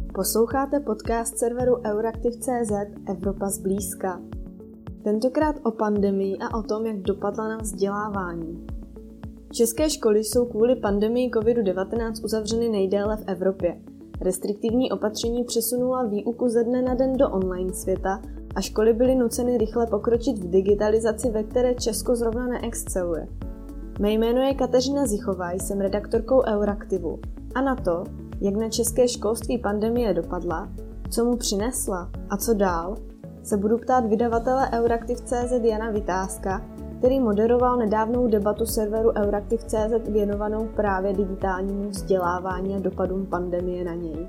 Posloucháte podcast serveru Euraktiv.cz Evropa zblízka. Tentokrát o pandemii a o tom, jak dopadla na vzdělávání. České školy jsou kvůli pandemii COVID-19 uzavřeny nejdéle v Evropě. Restriktivní opatření přesunula výuku ze dne na den do online světa a školy byly nuceny rychle pokročit v digitalizaci, ve které Česko zrovna neexceluje. Mé jméno je Kateřina Zichová, jsem redaktorkou Euraktivu. A na to, jak na české školství pandemie dopadla, co mu přinesla a co dál, se budu ptát vydavatele Euraktiv.cz Jana Vitázka, který moderoval nedávnou debatu serveru Euraktiv.cz věnovanou právě digitálnímu vzdělávání a dopadům pandemie na něj.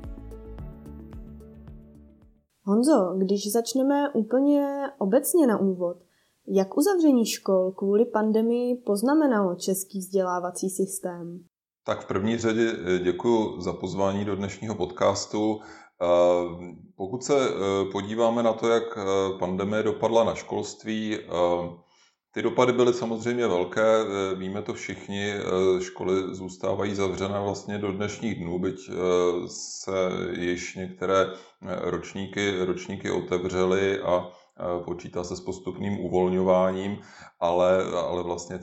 Honzo, když začneme úplně obecně na úvod, jak uzavření škol kvůli pandemii poznamenalo český vzdělávací systém? Tak v první řadě děkuji za pozvání do dnešního podcastu. Pokud se podíváme na to, jak pandemie dopadla na školství, ty dopady byly samozřejmě velké, víme to všichni, školy zůstávají zavřené vlastně do dnešních dnů, byť se již některé ročníky otevřely a počítá se s postupným uvolňováním, ale vlastně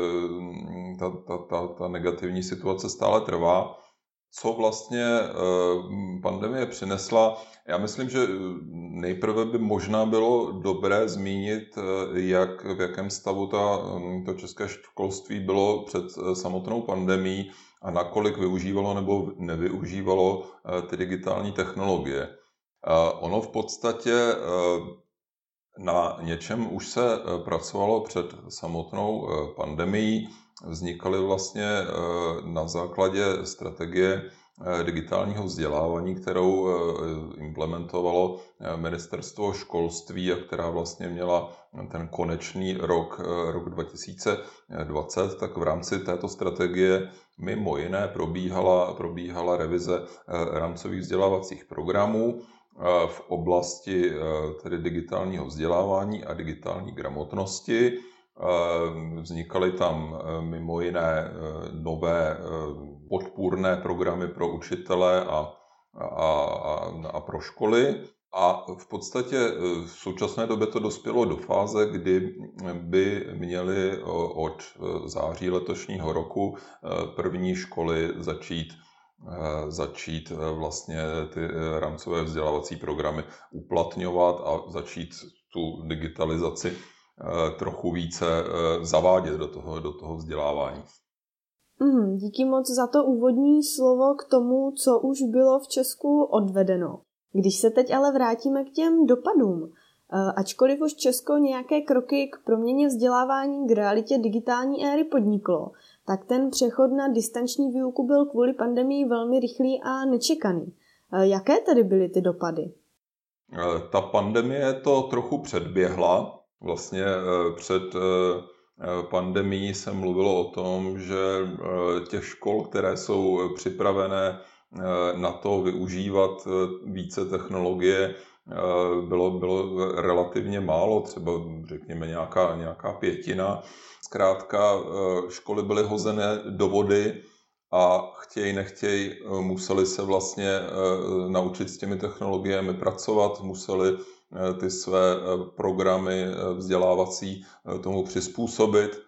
ta negativní situace stále trvá. Co vlastně pandemie přinesla? Já myslím, že nejprve by možná bylo dobré zmínit, v jakém stavu to české školství bylo před samotnou pandemií a nakolik využívalo nebo nevyužívalo ty digitální technologie. Ono v podstatě na něčem už se pracovalo před samotnou pandemií. Vznikaly vlastně na základě strategie digitálního vzdělávání, kterou implementovalo ministerstvo školství a která vlastně měla ten konečný rok 2020, tak v rámci této strategie mimo jiné probíhala revize rámcových vzdělávacích programů v oblasti tedy digitálního vzdělávání a digitální gramotnosti. Vznikaly tam mimo jiné nové podpůrné programy pro učitele a pro školy. A v podstatě v současné době to dospělo do fáze, kdy by měly od září letošního roku první školy začít vlastně ty rámcové vzdělávací programy uplatňovat a začít tu digitalizaci trochu více zavádět do toho vzdělávání. Díky moc za to úvodní slovo k tomu, co už bylo v Česku odvedeno. Když se teď ale vrátíme k těm dopadům, ačkoliv už Česko nějaké kroky k proměně vzdělávání k realitě digitální éry podniklo, tak ten přechod na distanční výuku byl kvůli pandemii velmi rychlý a nečekaný. Jaké tedy byly ty dopady? Ta pandemie to trochu předběhla. Vlastně před pandemií se mluvilo o tom, že těch škol, které jsou připravené na to využívat více technologie, bylo relativně málo, třeba řekněme nějaká pětina. Zkrátka školy byly hozené do vody a chtěj nechtěj museli se vlastně naučit s těmi technologiemi pracovat, museli ty své programy vzdělávací tomu přizpůsobit.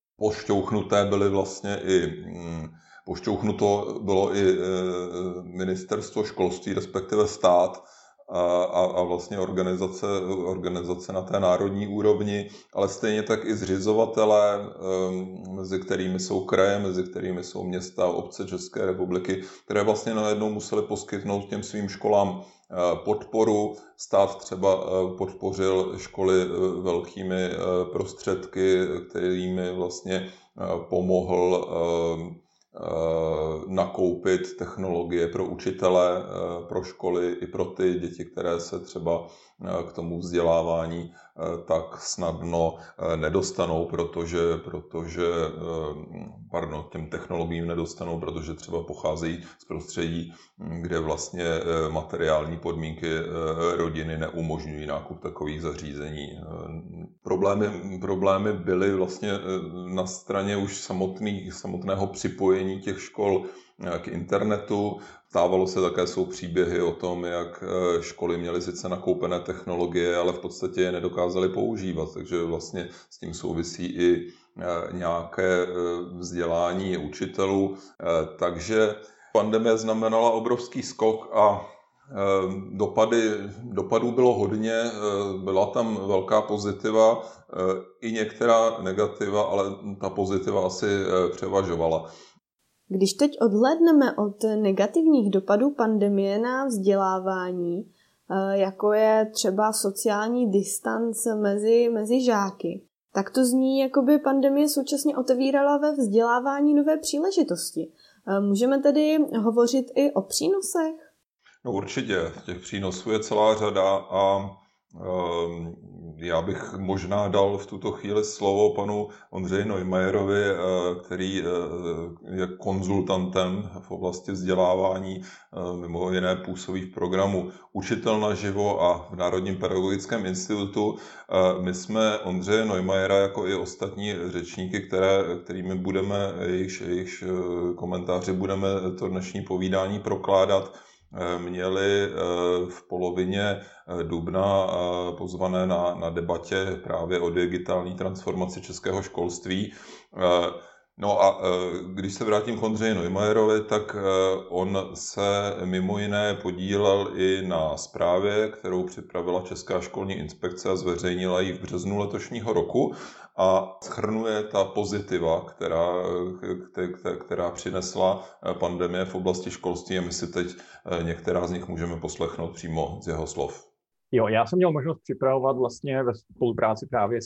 Pošťouchnuto bylo i ministerstvo školství, respektive stát a vlastně organizace na té národní úrovni, ale stejně tak i zřizovatelé, mezi kterými jsou kraje, mezi kterými jsou města a obce České republiky, které vlastně najednou museli poskytnout těm svým školám podporu. Stát třeba podpořil školy velkými prostředky, kterými vlastně pomohl nakoupit technologie pro učitele, pro školy i pro ty děti, které se třeba k tomu vzdělávání tak snadno nedostanou, těm technologiím nedostanou, protože třeba pocházejí z prostředí, kde vlastně materiální podmínky rodiny neumožňují nákup takových zařízení. Problémy byly vlastně na straně už samotného připojení těch škol k internetu. Stávalo se také, jsou příběhy o tom, jak školy měly sice nakoupené technologie, ale v podstatě je nedokázaly používat, takže vlastně s tím souvisí i nějaké vzdělání učitelů. Takže pandemie znamenala obrovský skok a dopadů bylo hodně, byla tam velká pozitiva, i některá negativa, ale ta pozitiva asi převažovala. Když teď odhlédneme od negativních dopadů pandemie na vzdělávání, jako je třeba sociální distanc mezi žáky, tak to zní, jako by pandemie současně otevírala ve vzdělávání nové příležitosti. Můžeme tedy hovořit i o přínosech? No určitě, těch přínosů je celá řada a já bych možná dal v tuto chvíli slovo panu Ondřeji Neumayerovi, který je konzultantem v oblasti vzdělávání, mimo jiné působí v programu Učitel naživo a v Národním pedagogickém institutu. My jsme Ondřeje Neumayera, jako i ostatní řečníky, kterými budeme, jejichž komentáři budeme to dnešní povídání prokládat, měli v polovině dubna pozvané na debatě právě o digitální transformaci českého školství. No a když se vrátím k Ondřeji Neumayerovi, tak on se mimo jiné podílel i na zprávě, kterou připravila Česká školní inspekce a zveřejnila ji v březnu letošního roku a shrnuje ta pozitiva, která přinesla pandemie v oblasti školství, a my si teď některá z nich můžeme poslechnout přímo z jeho slov. Jo, já jsem měl možnost připravovat vlastně ve spolupráci právě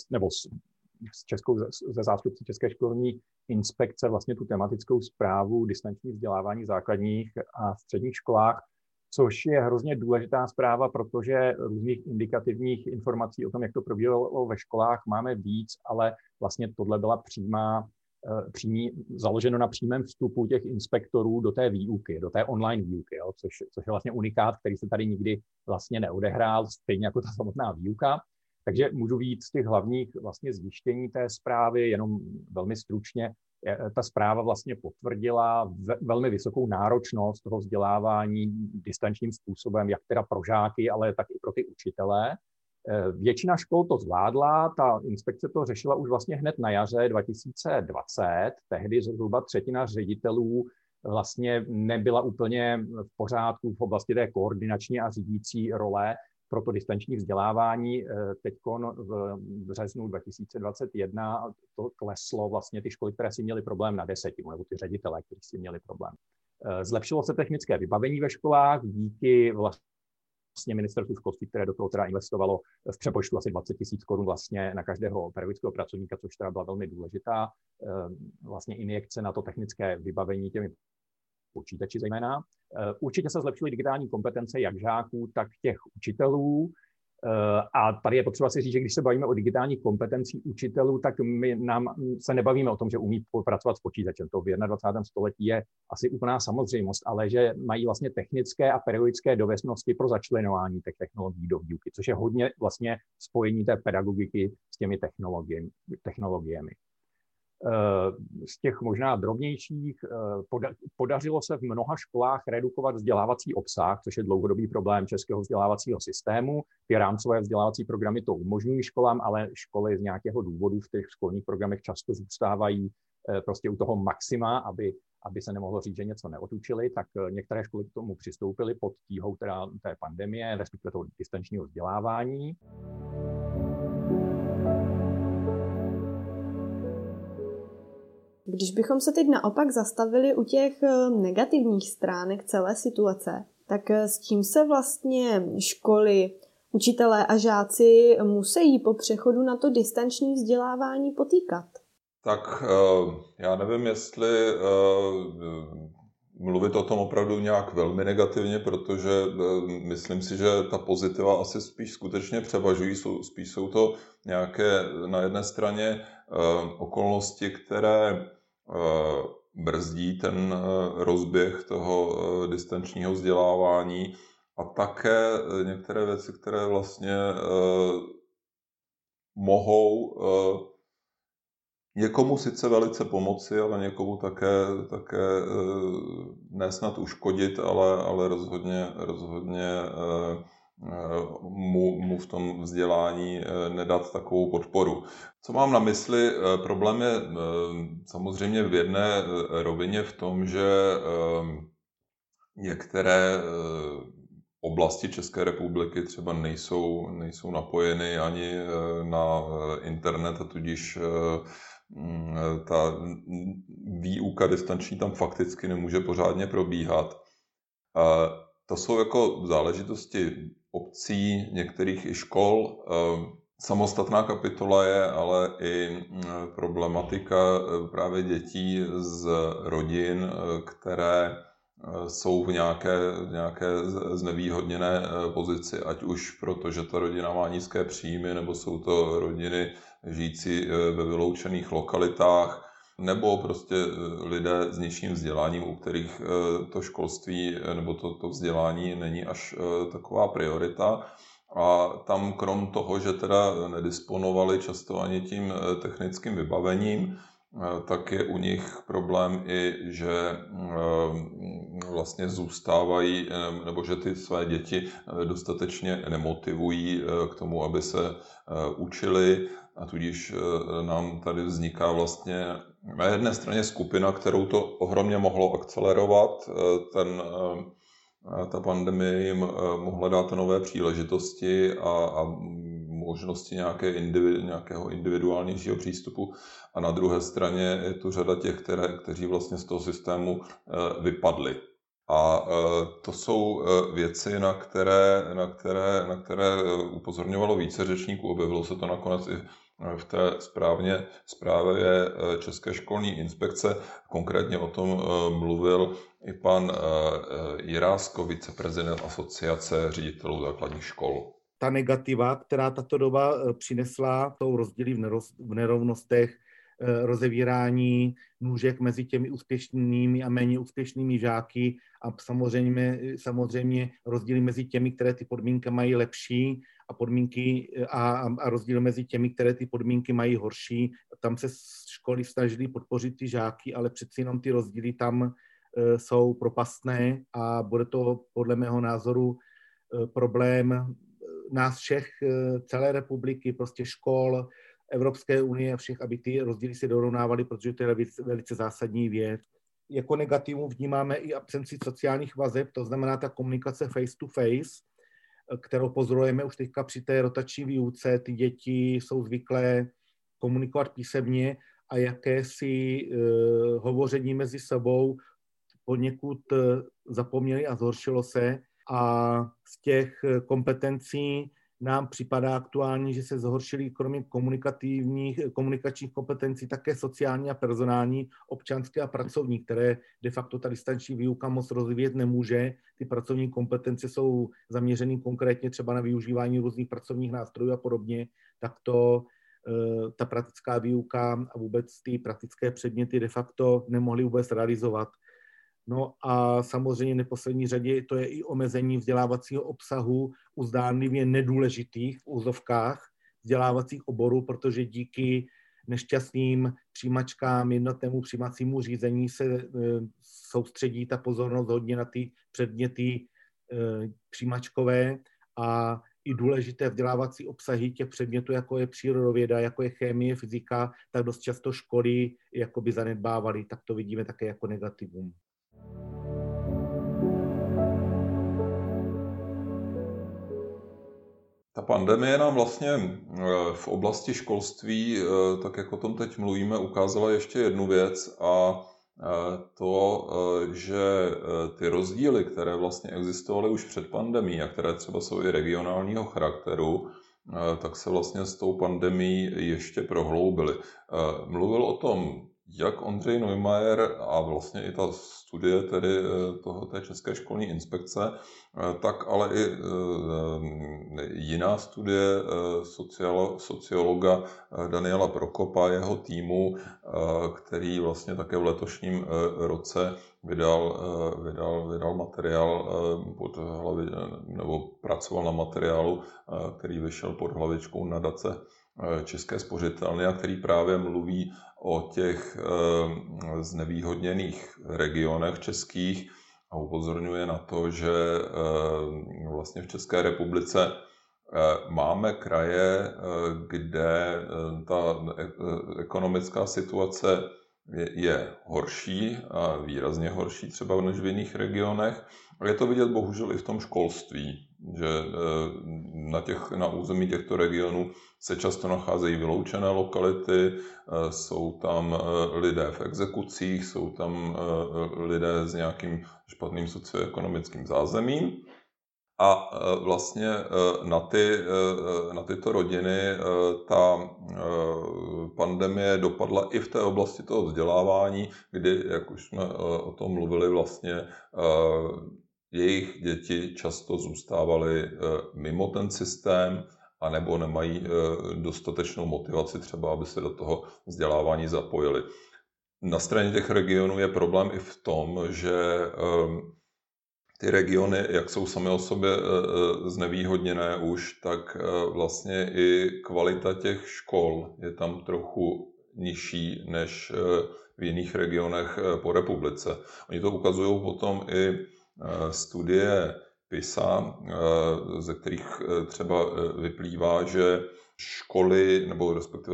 se zástupci České školní inspekce vlastně tu tematickou zprávu distanční vzdělávání v základních a středních školách, což je hrozně důležitá zpráva, protože různých indikativních informací o tom, jak to probíhalo ve školách, máme víc, ale vlastně tohle byla založeno na přímém vstupu těch inspektorů do té výuky, do té online výuky, jo, což je vlastně unikát, který se tady nikdy vlastně neodehrál, stejně jako ta samotná výuka. Takže můžu víc z těch hlavních vlastně zjištění té zprávy, jenom velmi stručně. Ta zpráva vlastně potvrdila velmi vysokou náročnost toho vzdělávání distančním způsobem, jak teda pro žáky, ale tak i pro ty učitele. Většina škol to zvládla, ta inspekce to řešila už vlastně hned na jaře 2020, tehdy zhruba třetina ředitelů vlastně nebyla úplně v pořádku v oblasti té koordinační a řídící role pro to distanční vzdělávání. Teď v březnu 2021 to kleslo vlastně ty školy, které si měly problém na 10, nebo ty ředitelé, kteří si měli problém. Zlepšilo se technické vybavení ve školách díky vlastně ministerstvu školství, které do toho teda investovalo v přepočtu asi 20 000 korun vlastně na každého pedagogického pracovníka, což teda byla velmi důležitá vlastně injekce na to technické vybavení těmi počítači zejména. Určitě se zlepšily digitální kompetence jak žáků, tak těch učitelů. A tady je potřeba si říct, že když se bavíme o digitálních kompetencích učitelů, tak nám se nebavíme o tom, že umí pracovat s počítačem. To v 21. století je asi úplná samozřejmost, ale že mají vlastně technické a pedagogické dovednosti pro začlenování těch technologií do výuky, což je hodně vlastně spojení té pedagogiky s těmi technologiemi. Z těch možná drobnějších podařilo se v mnoha školách redukovat vzdělávací obsah, což je dlouhodobý problém českého vzdělávacího systému. Ty rámcové vzdělávací programy to umožňují školám, ale školy z nějakého důvodu v těch školních programech často zůstávají prostě u toho maxima, aby se nemohlo říct, že něco neodučili, tak některé školy k tomu přistoupily pod tíhou teda té pandemie, respektive toho distančního vzdělávání. Když bychom se teď naopak zastavili u těch negativních stránek celé situace, tak s čím se vlastně školy, učitelé a žáci musí po přechodu na to distanční vzdělávání potýkat? Tak já nevím, jestli mluvit o tom opravdu nějak velmi negativně, protože myslím si, že ta pozitiva asi spíš skutečně převažují. Spíš jsou to nějaké na jedné straně okolnosti, které brzdí ten rozběh toho distančního vzdělávání a také některé věci, které vlastně mohou někomu sice velice pomoci, ale někomu také ne snad uškodit, ale rozhodně mu v tom vzdělání nedat takovou podporu. Co mám na mysli? Problém je samozřejmě v jedné rovině v tom, že některé oblasti České republiky třeba nejsou napojeny ani na internet, a tudíž ta výuka distanční tam fakticky nemůže pořádně probíhat. To jsou jako záležitosti obcí, některých i škol. Samostatná kapitola je ale i problematika právě dětí z rodin, které jsou v nějaké znevýhodněné pozici, ať už proto, že ta rodina má nízké příjmy, nebo jsou to rodiny žijící ve vyloučených lokalitách, nebo prostě lidé s nižším vzděláním, u kterých to školství nebo to vzdělání není až taková priorita. A tam krom toho, že teda nedisponovali často ani tím technickým vybavením, tak je u nich problém i, že vlastně zůstávají, nebo že ty své děti dostatečně nemotivují k tomu, aby se učili, a tudíž nám tady vzniká vlastně na jedné straně skupina, kterou to ohromně mohlo akcelerovat. Ta pandemie jim mohla dát nové příležitosti a možnosti nějakého individuálnějšího přístupu. A na druhé straně je tu řada těch, kteří vlastně z toho systému vypadli. A to jsou věci, na které upozorňovalo více řečníků. Objevilo se to nakonec i v té zprávě České školní inspekce. Konkrétně o tom mluvil i pan Jirásko, viceprezident Asociace ředitelů základních škol. Ta negativa, která tato doba přinesla, jsou rozdíly v nerovnostech, rozevírání nůžek mezi těmi úspěšnými a méně úspěšnými žáky a samozřejmě rozdíly mezi těmi, které ty podmínky mají lepší a rozdíl mezi těmi, které ty podmínky mají horší. Tam se školy snažily podpořit ty žáky, ale přeci jenom ty rozdíly tam jsou propastné a bude to podle mého názoru problém nás všech, celé republiky, prostě škol, Evropské unie a všech, aby ty rozdíly se dorovnávaly, protože to je velice zásadní věc. Jako negativum vnímáme i absenci sociálních vazeb, to znamená ta komunikace face to face, kterou pozorujeme už teďka při té rotační výuce. Ty děti jsou zvyklé komunikovat písemně a jakési hovoření mezi sebou poněkud zapomněli a zhoršilo se. A z těch kompetencí nám připadá aktuálně, že se zhoršily kromě komunikačních kompetencí také sociální a personální, občanské a pracovní, které de facto ta distanční výuka moc rozvíjet nemůže. Ty pracovní kompetence jsou zaměřeny konkrétně třeba na využívání různých pracovních nástrojů a podobně, tak to ta praktická výuka a vůbec ty praktické předměty de facto nemohly vůbec realizovat. No a samozřejmě v neposlední řadě to je i omezení vzdělávacího obsahu u zdánlivě nedůležitých v úzovkách vzdělávacích oborů, protože díky nešťastným přijímačkám, jednotnému přijímacímu řízení se soustředí ta pozornost hodně na ty předměty přijímačkové a i důležité vzdělávací obsahy těch předmětů, jako je přírodověda, jako je chemie, fyzika, tak dost často školy jakoby zanedbávaly, tak to vidíme také jako negativum. Ta pandemie nám vlastně v oblasti školství, tak jak o tom teď mluvíme, ukázala ještě jednu věc, a to, že ty rozdíly, které vlastně existovaly už před pandemií a které třeba jsou i regionálního charakteru, tak se vlastně s tou pandemií ještě prohloubily. Mluvil o tom jak Ondřej Neumeier a vlastně i ta studie tedy té České školní inspekce, tak ale i jiná studie sociologa Daniela Prokopa, jeho týmu, který vlastně také v letošním roce vydal materiál nebo pracoval na materiálu, který vyšel pod hlavičkou nadace České spořitelny a který právě mluví o těch znevýhodněných regionech českých a upozorňuje na to, že vlastně v České republice máme kraje, kde ta ekonomická situace je horší a výrazně horší třeba než v jiných regionech. A je to vidět bohužel i v tom školství, že na území těchto regionů se často nacházejí vyloučené lokality, jsou tam lidé v exekucích, jsou tam lidé s nějakým špatným socioekonomickým zázemím. A vlastně na tyto rodiny ta pandemie dopadla i v té oblasti toho vzdělávání, kdy, jak už jsme o tom mluvili, vlastně jejich děti často zůstávaly mimo ten systém, anebo nemají dostatečnou motivaci třeba, aby se do toho vzdělávání zapojili. Na straně těch regionů je problém i v tom, že ty regiony, jak jsou sami o sobě znevýhodněné už, tak vlastně i kvalita těch škol je tam trochu nižší než v jiných regionech po republice. Oni to ukazují potom i studie PISA, ze kterých třeba vyplývá, že školy, nebo respektive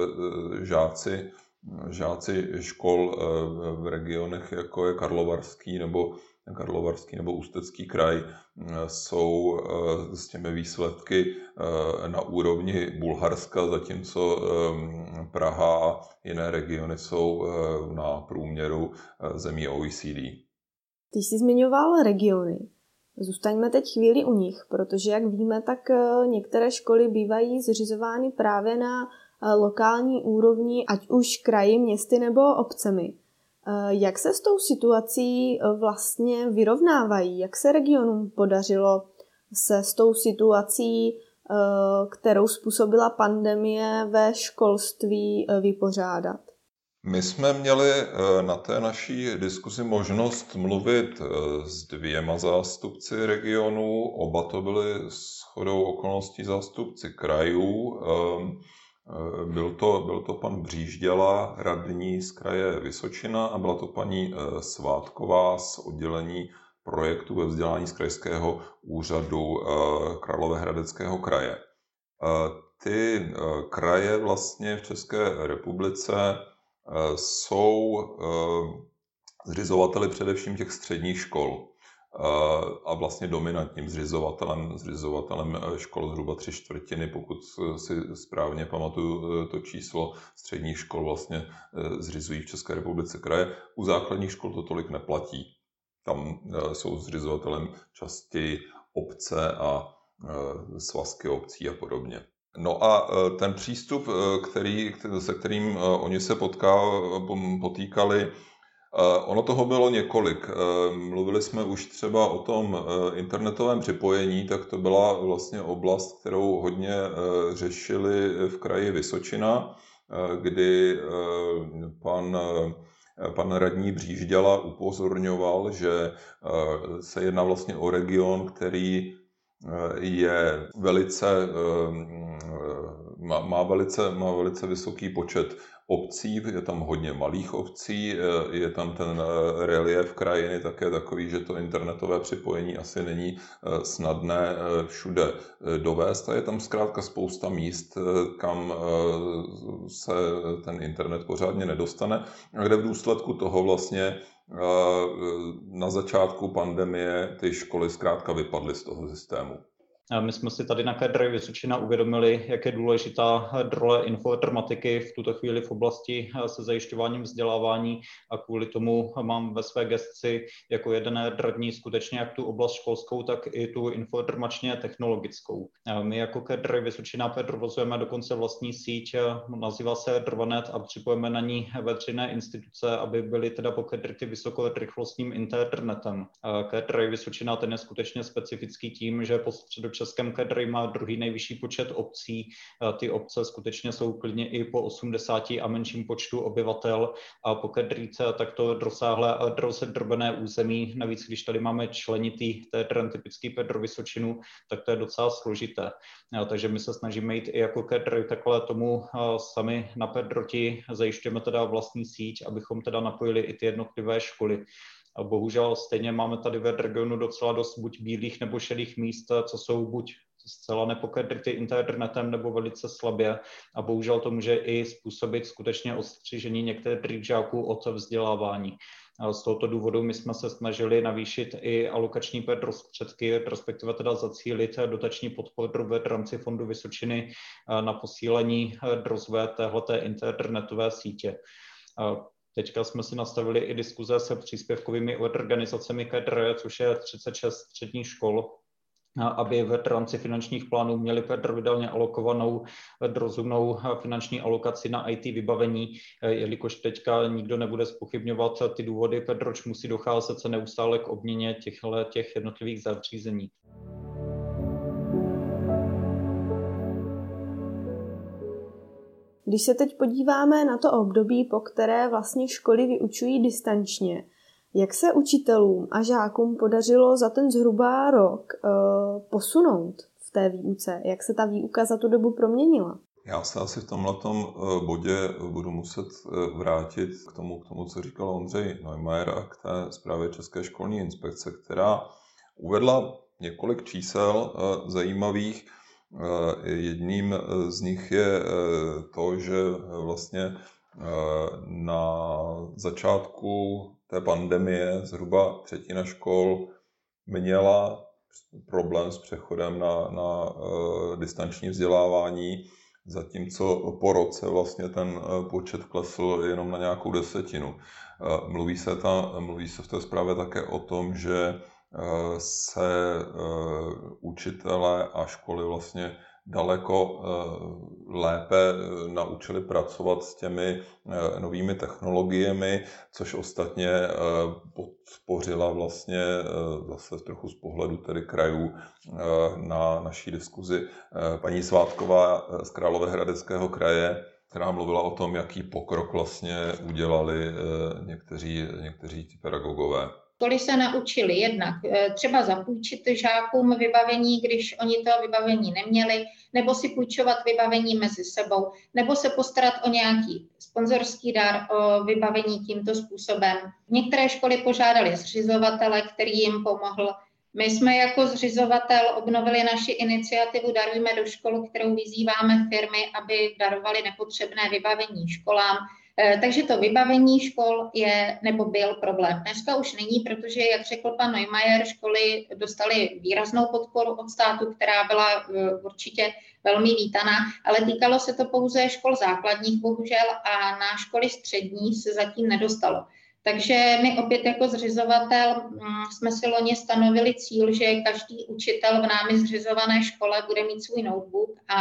žáci škol v regionech, jako je Karlovarský nebo Ústecký kraj, jsou s těmi výsledky na úrovni Bulharska, zatímco Praha a jiné regiony jsou na průměru zemí OECD. Ty jsi zmiňoval regiony. Zůstaňme teď chvíli u nich, protože jak víme, tak některé školy bývají zřizovány právě na lokální úrovni, ať už kraji, městy nebo obcemi. Jak se s tou situací vlastně vyrovnávají? Jak se regionům podařilo se s tou situací, kterou způsobila pandemie ve školství, vypořádat? My jsme měli na té naší diskusi možnost mluvit s 2 zástupci regionů. Oba to byli shodou okolností zástupci krajů. Byl to pan Břížděla, radní z kraje Vysočina, a byla to paní Svátková z oddělení projektu ve vzdělání z krajského úřadu Královéhradeckého kraje. Ty kraje vlastně v České republice jsou zřizovateli především těch středních škol a vlastně dominantním zřizovatelem škol zhruba 3/4, pokud si správně pamatuju to číslo, středních škol vlastně zřizují v České republice kraje. U základních škol to tolik neplatí. Tam jsou zřizovatelem častěji obce a svazky obcí a podobně. No a ten přístup, se kterým oni se potýkali, ono toho bylo několik. Mluvili jsme už třeba o tom internetovém připojení, tak to byla vlastně oblast, kterou hodně řešili v kraji Vysočina, kdy pan radní Břížděla upozorňoval, že se jedná vlastně o region, který je má velice vysoký počet obcí, je tam hodně malých obcí, je tam ten relief krajiny také takový, že to internetové připojení asi není snadné všude dovést a je tam zkrátka spousta míst, kam se ten internet pořádně nedostane a kde v důsledku toho vlastně na začátku pandemie ty školy zkrátka vypadly z toho systému. My jsme si tady na KEDRy Vysočina uvědomili, jak je důležitá role informatiky v tuto chvíli v oblasti se zajišťováním vzdělávání a kvůli tomu mám ve své gesci jako jeden radní skutečně jak tu oblast školskou, tak i tu informačně technologickou. My jako KEDRy Vysočina provozujeme dokonce vlastní síť, nazývá se Drvanet a připojeme na ní veřejné instituce, aby byly teda pokryty vysokorychlostním internetem. KEDRy Vysočina ten je skutečně specifický tím, že po středočeském středočeském Kedry má druhý nejvyšší počet obcí. Ty obce skutečně jsou klidně i po 80 a menším počtu obyvatel a po Kedríce takto rozsáhlé a rozdrobené území. Navíc, když tady máme členitý ten typický Pedro Vysočinu, tak to je docela složité. Takže my se snažíme jít i jako Kedry takhle tomu sami na Pedroti, zajišťujeme teda vlastní síť, abychom teda napojili i ty jednotlivé školy. A bohužel stejně máme tady ve regionu docela dost buď bílých nebo šedých míst, co jsou buď zcela nepokryty internetem nebo velice slabě a bohužel to může i způsobit skutečně odstřižení některých žáků od vzdělávání. Z tohoto důvodu my jsme se snažili navýšit i alokační prostředky, respektive teda zacílit dotační podporu v rámci Fondu Vysočiny na posílení rozvoje téhleté internetové sítě. Teďka jsme si nastavili i diskuze se příspěvkovými organizacemi KEDR, což je 36 středních škol, aby v rámci finančních plánů měli pravidelně alokovanou rozumnou finanční alokaci na IT vybavení, jelikož teďka nikdo nebude zpochybňovat ty důvody, proč musí docházet se neustále k obměně těch jednotlivých zařízení. Když se teď podíváme na to období, po které vlastně školy vyučují distančně, jak se učitelům a žákům podařilo za ten zhruba rok posunout v té výuce? Jak se ta výuka za tu dobu proměnila? Já se asi v tomhletom bodě budu muset vrátit k tomu, co říkal Ondřej Neumayer a k té zprávě České školní inspekce, která uvedla několik čísel zajímavých. Jedním z nich je to, že vlastně na začátku té pandemie zhruba třetina škol měla problém s přechodem na distanční vzdělávání, zatímco po roce vlastně ten počet klesl jenom na nějakou desetinu. Mluví se v té zprávě také o tom, že se učitelé a školy vlastně daleko lépe naučili pracovat s těmi novými technologiemi, což ostatně podpořila vlastně zase trochu z pohledu tedy krajů na naší diskuzi paní Svátková z Královéhradeckého kraje, která mluvila o tom, jaký pokrok vlastně udělali někteří ti pedagogové. Školy se naučili jednak třeba zapůjčit žákům vybavení, když oni to vybavení neměli, nebo si půjčovat vybavení mezi sebou, nebo se postarat o nějaký sponzorský dar, o vybavení tímto způsobem. Některé školy požádali zřizovatele, který jim pomohl. My jsme jako zřizovatel obnovili naši iniciativu Darujme do škol, kterou vyzýváme firmy, aby darovaly nepotřebné vybavení školám. Takže to vybavení škol je nebo byl problém. Dneska už není, protože, jak řekl pan Neumayer, školy dostaly výraznou podporu od státu, která byla určitě velmi vítaná, ale týkalo se to pouze škol základních, bohužel, a na školy střední se zatím nedostalo. Takže my opět jako zřizovatel jsme si loni stanovili cíl, že každý učitel v námi zřizované škole bude mít svůj notebook a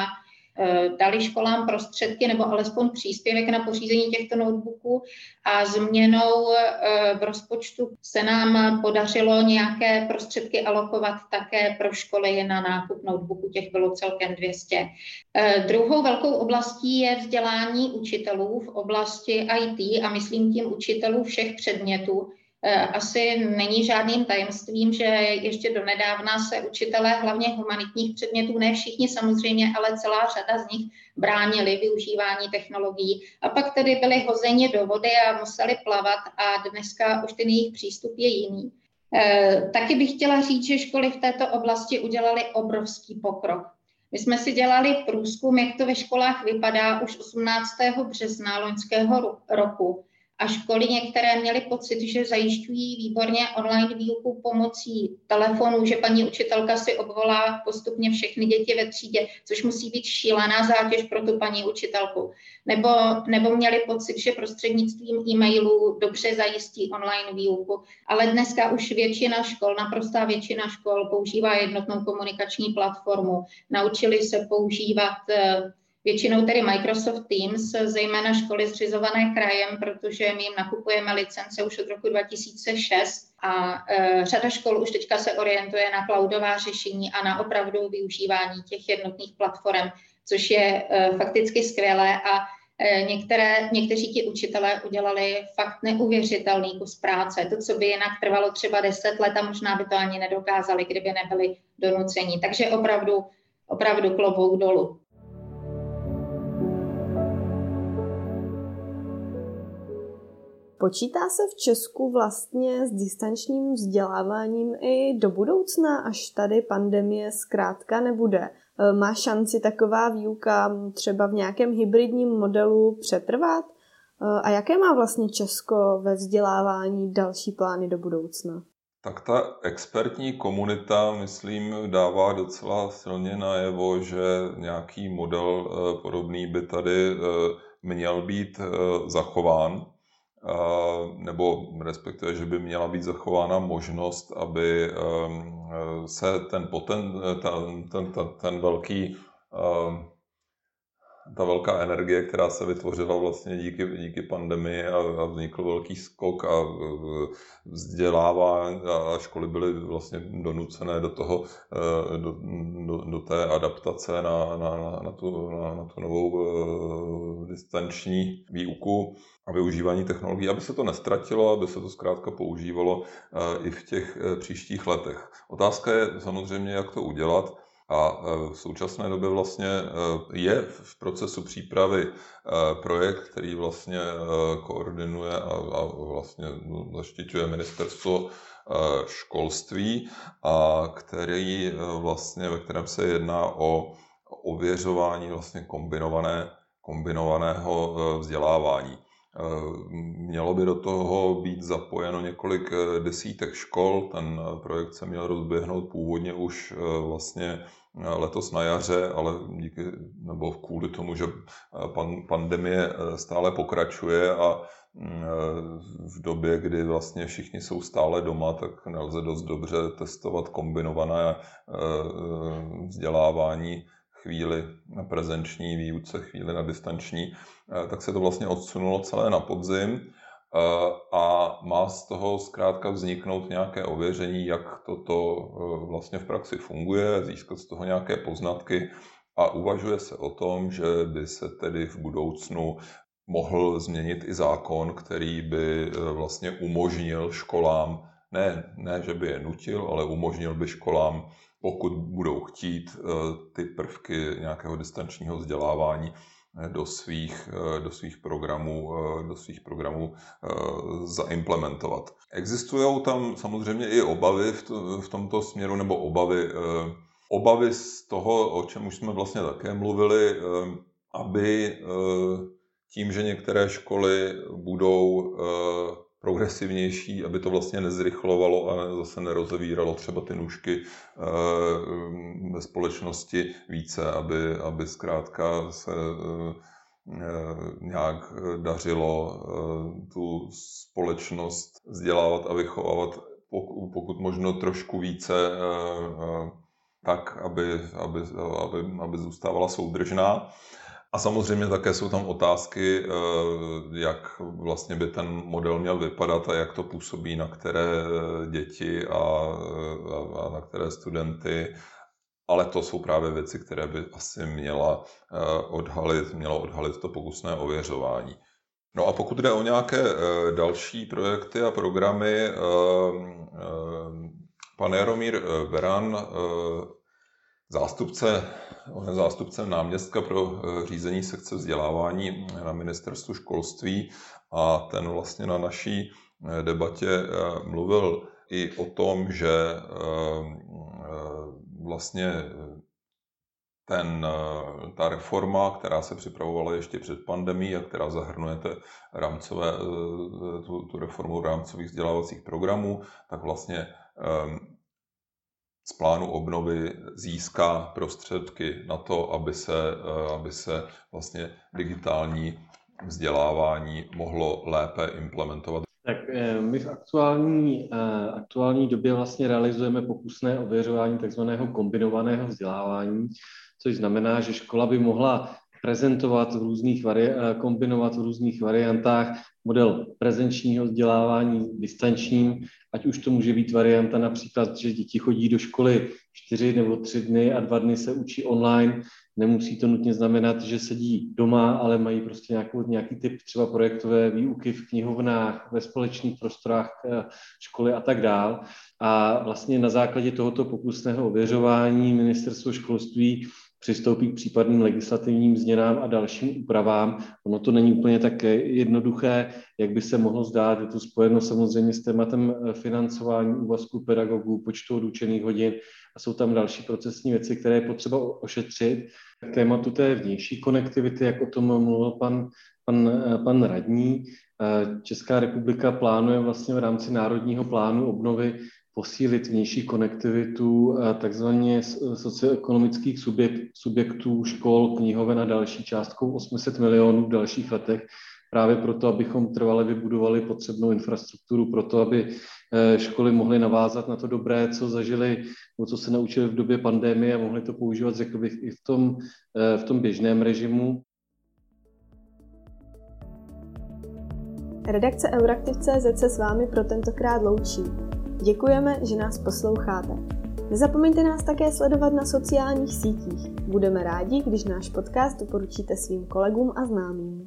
dali školám prostředky nebo alespoň příspěvek na pořízení těchto notebooků a změnou v rozpočtu se nám podařilo nějaké prostředky alokovat také pro školy na nákup notebooků, těch bylo celkem 200. Druhou velkou oblastí je vzdělání učitelů v oblasti IT a myslím tím učitelů všech předmětů. Asi není žádným tajemstvím, že ještě donedávna se učitelé hlavně humanitních předmětů, ne všichni samozřejmě, ale celá řada z nich bránili využívání technologií a pak tedy byli hozeni do vody a museli plavat a dneska už ten jejich přístup je jiný. Taky bych chtěla říct, že školy v této oblasti udělaly obrovský pokrok. My jsme si dělali průzkum, jak to ve školách vypadá už 18. března loňského roku. A školy některé měly pocit, že zajišťují výborně online výuku pomocí telefonů, že paní učitelka si obvolá postupně všechny děti ve třídě, což musí být šílená zátěž pro tu paní učitelku. Nebo měli pocit, že prostřednictvím e-mailů dobře zajistí online výuku. Ale dneska už většina škol, naprostá většina škol používá jednotnou komunikační platformu. Naučili se používat Většinou tedy Microsoft Teams, zejména školy zřizované krajem, protože my jim nakupujeme licence už od roku 2006 a řada škol už teďka se orientuje na cloudová řešení a na opravdu využívání těch jednotných platform, což je fakticky skvělé a někteří ti učitelé udělali fakt neuvěřitelný kus práce. To, co by jinak trvalo třeba 10 let a možná by to ani nedokázali, kdyby nebyli donuceni. Takže opravdu klobouk dolů. Počítá se v Česku vlastně s distančním vzděláváním i do budoucna, až tady pandemie zkrátka nebude? Má šanci taková výuka třeba v nějakém hybridním modelu přetrvat? A jaké má vlastně Česko ve vzdělávání další plány do budoucna? Tak ta expertní komunita, myslím, dává docela silně najevo, že nějaký model podobný by tady měl být zachován, nebo respektive, že by měla být zachována možnost, aby se ta velká energie, která se vytvořila vlastně díky pandemii a vznikl velký skok a vzdělávání a školy byly vlastně donucené do toho, do té adaptace na tu novou distanční výuku a využívání technologií, aby se to nestratilo, aby se to zkrátka používalo i v těch příštích letech. Otázka je samozřejmě, jak to udělat. A v současné době vlastně je v procesu přípravy projekt, který vlastně koordinuje a vlastně zaštiťuje Ministerstvo školství a ve kterém se jedná o ověřování vlastně kombinovaného vzdělávání. Mělo by do toho být zapojeno několik desítek škol. Ten projekt se měl rozběhnout původně už vlastně letos na jaře, ale kvůli tomu, že pandemie stále pokračuje a v době, kdy vlastně všichni jsou stále doma, tak nelze dost dobře testovat kombinované vzdělávání, chvíli na prezenční výuce, chvíli na distanční, tak se to vlastně odsunulo celé na podzim a má z toho zkrátka vzniknout nějaké ověření, jak toto vlastně v praxi funguje, získat z toho nějaké poznatky a uvažuje se o tom, že by se tedy v budoucnu mohl změnit i zákon, který by vlastně umožnil školám, ne že by je nutil, ale umožnil by školám, pokud budou chtít, ty prvky nějakého distančního vzdělávání do svých programů zaimplementovat. Existují tam samozřejmě i obavy v tomto směru, nebo obavy z toho, o čem už jsme vlastně také mluvili, aby tím, že některé školy budou progresivnější, aby to vlastně nezrychlovalo a zase nerozevíralo třeba ty nůžky ve společnosti více, aby zkrátka se nějak dařilo tu společnost vzdělávat a vychovávat pokud možno trošku více tak, aby zůstávala soudržná. A samozřejmě také jsou tam otázky, jak vlastně by ten model měl vypadat a jak to působí na které děti a na které studenty. Ale to jsou právě věci, které by asi mělo odhalit to pokusné ověřování. No a pokud jde o nějaké další projekty a programy, pan Jaromír Beran, zástupcem náměstka pro řízení sekce vzdělávání na Ministerstvu školství, a ten vlastně na naší debatě mluvil i o tom, že vlastně ta reforma, která se připravovala ještě před pandemií a která zahrnuje tu reformu rámcových vzdělávacích programů, tak vlastně z plánu obnovy získá prostředky na to, aby se vlastně digitální vzdělávání mohlo lépe implementovat. Tak my v aktuální době vlastně realizujeme pokusné ověřování takzvaného kombinovaného vzdělávání, což znamená, že škola by mohla prezentovat v různých kombinovat v různých variantách model prezenčního vzdělávání distančním, ať už to může být varianta například, že děti chodí do školy 4 nebo 3 dny a 2 dny se učí online. Nemusí to nutně znamenat, že sedí doma, ale mají prostě nějaký typ třeba projektové výuky v knihovnách, ve společných prostorách školy a tak dál. A vlastně na základě tohoto pokusného ověřování Ministerstvo školství přistoupí k případným legislativním změnám a dalším úpravám. Ono to není úplně tak jednoduché, jak by se mohlo zdát. Je to spojeno samozřejmě s tématem financování úvazků pedagogů, počtu odučených hodin a jsou tam další procesní věci, které je potřeba ošetřit. K tématu té vnější konektivity, jak o tom mluvil pan radní, Česká republika plánuje vlastně v rámci Národního plánu obnovy posílit vnější konektivitu takzvaně socioekonomických subjektů, škol, knihoven a další částkou 800 milionů v dalších letech, právě proto, abychom trvale vybudovali potřebnou infrastrukturu, proto, aby školy mohly navázat na to dobré, co zažili, co se naučili v době pandemie a mohli to používat, řekl bych, i v tom běžném režimu. Redakce Euraktiv.cz se s vámi pro tentokrát loučí. Děkujeme, že nás posloucháte. Nezapomeňte nás také sledovat na sociálních sítích. Budeme rádi, když náš podcast doporučíte svým kolegům a známým.